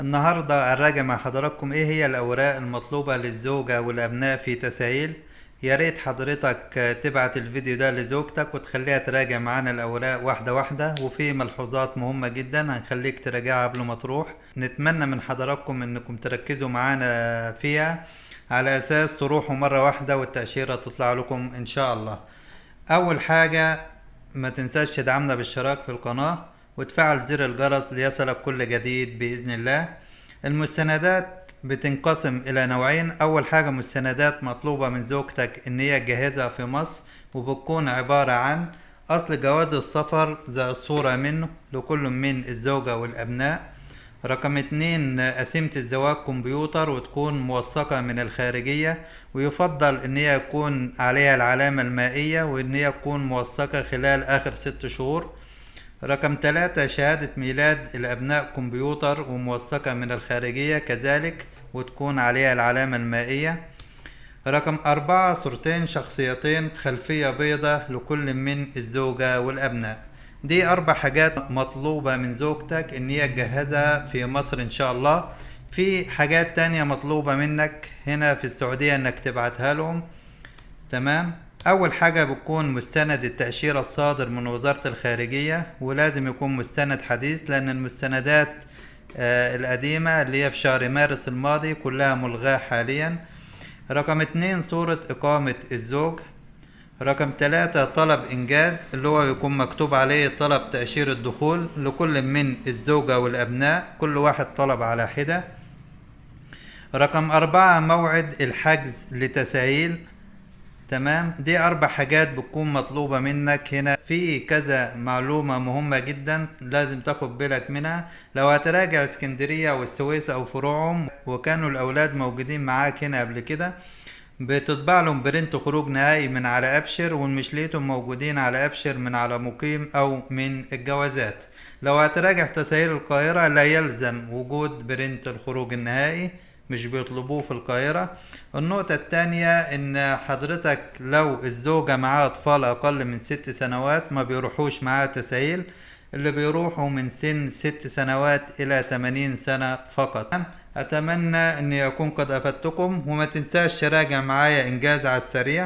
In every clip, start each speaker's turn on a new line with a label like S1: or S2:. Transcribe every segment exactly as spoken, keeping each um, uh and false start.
S1: النهاردة هنراجع مع حضراتكم ايه هي الأوراق المطلوبة للزوجة والأبناء في تساهيل. يا ريت حضرتك تبعت الفيديو ده لزوجتك وتخليها تراجع معانا الأوراق واحدة واحدة، وفي ملحوظات مهمة جدا هنخليك تراجعها قبل ما تروح. نتمنى من حضراتكم انكم تركزوا معانا فيها على أساس تروحوا مرة واحدة والتأشيرة تطلع لكم إن شاء الله. أول حاجة، ما تنساش تدعمنا بالاشتراك في القناة وتفعل زر الجرس ليصلك كل جديد بإذن الله. المستندات بتنقسم إلى نوعين. أول حاجة مستندات مطلوبة من زوجتك إن هي تجهزها في مصر، وبتكون عبارة عن أصل جواز السفر زي الصورة منه لكل من الزوجة والأبناء. رقم اتنين، قسيمة الزواج كمبيوتر وتكون موثقة من الخارجية، ويفضل ان هي يكون عليها العلامة المائية وان هي تكون موثقة خلال اخر ست شهور. رقم تلاتة، شهادة ميلاد الابناء كمبيوتر وموثقة من الخارجية كذلك وتكون عليها العلامة المائية. رقم أربعة، صورتين شخصيتين خلفية بيضة لكل من الزوجة والأبناء. دي أربع حاجات مطلوبة من زوجتك إن هي تجهزها في مصر إن شاء الله. في حاجات تانية مطلوبة منك هنا في السعودية إنك تبعتها لهم. تمام. أول حاجة بتكون مستند التأشيرة الصادر من وزارة الخارجية، ولازم يكون مستند حديث لأن المستندات آه القديمة اللي هي في شهر مارس الماضي كلها ملغاة حاليا. رقم اتنين، صورة إقامة الزوج. رقم تلاتة، طلب إنجاز اللي هو يكون مكتوب عليه طلب تأشيرة دخول لكل من الزوجة والأبناء، كل واحد طلب على حدة. رقم أربعة، موعد الحجز لتساهيل. تمام. دي أربع حاجات بتكون مطلوبة منك هنا. في كذا معلومة مهمة جدا لازم تاخد بالك منها. لو هتراجع اسكندرية والسويس أو فروعهم وكانوا الأولاد موجودين معاك هنا قبل كده، بتطبع لهم برنت خروج نهائي من على أبشر، وإن مش لقيتهم موجودين على أبشر من على مقيم أو من الجوازات. لو هتراجع تساهيل القاهرة لا يلزم وجود برنت الخروج النهائي، مش بيطلبوه في القاهرة. النقطة التانية ان حضرتك لو الزوجة معاها اطفال اقل من ست سنوات ما بيروحوش معاها تساهيل، اللي بيروحوا من سن ست سنوات الى تمانين سنة فقط. اتمنى ان يكون قد افدتكم، وما تنساش تراجع معايا انجاز على السريع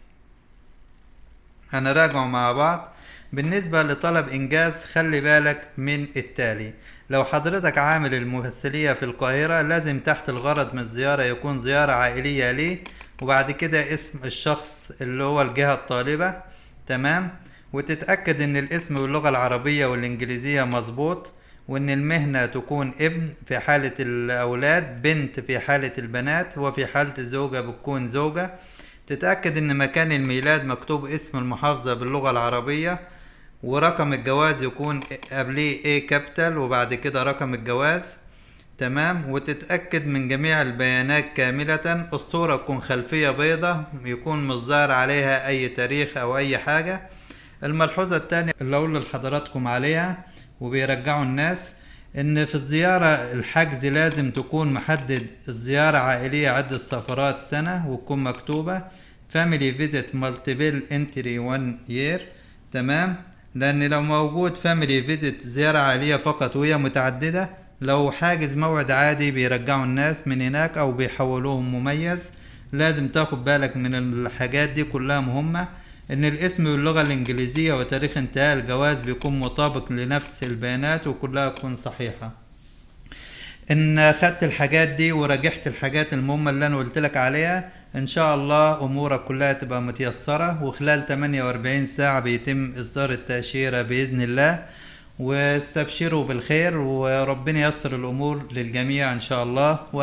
S1: هنراجعه مع بعض. بالنسبة لطلب إنجاز خلي بالك من التالي. لو حضرتك عامل الممثلية في القاهرة لازم تحت الغرض من الزيارة يكون زيارة عائلية ليه، وبعد كده اسم الشخص اللي هو الجهة الطالبة. تمام. وتتأكد ان الاسم باللغة العربية والإنجليزية مظبوط، وان المهنة تكون ابن في حالة الأولاد، بنت في حالة البنات، وفي حالة الزوجة بتكون زوجة. تتأكد ان مكان الميلاد مكتوب اسم المحافظة باللغة العربية، ورقم الجواز يكون قبليه ايه كابيتال وبعد كده رقم الجواز. تمام. وتتأكد من جميع البيانات كاملة. الصورة تكون خلفية بيضة يكون مش ظاهر عليها اي تاريخ او اي حاجة. الملحوظة التانية اللي اقول لحضراتكم عليها وبيرجعوا الناس، ان في الزيارة الحجز لازم تكون محدد الزيارة عائلية عدة سفرات سنة وتكون مكتوبة family visit multiple entry one year. تمام. لان لو موجود family visit زيارة عائلية فقط وهي متعددة، لو حاجز موعد عادي بيرجعوا الناس من هناك او بيحولوهم مميز. لازم تاخد بالك من الحاجات دي كلها مهمة. ان الاسم باللغة الانجليزية وتاريخ انتهاء الجواز بيكون مطابق لنفس البيانات وكلها تكون صحيحة. ان خدت الحاجات دي وراجعت الحاجات المهمة اللي انا قلت لك عليها، ان شاء الله امورك كلها تبقى متيسرة، وخلال تمانية واربعين ساعة بيتم اصدار التأشيرة باذن الله. واستبشروا بالخير وربنا ييسر الامور للجميع ان شاء الله.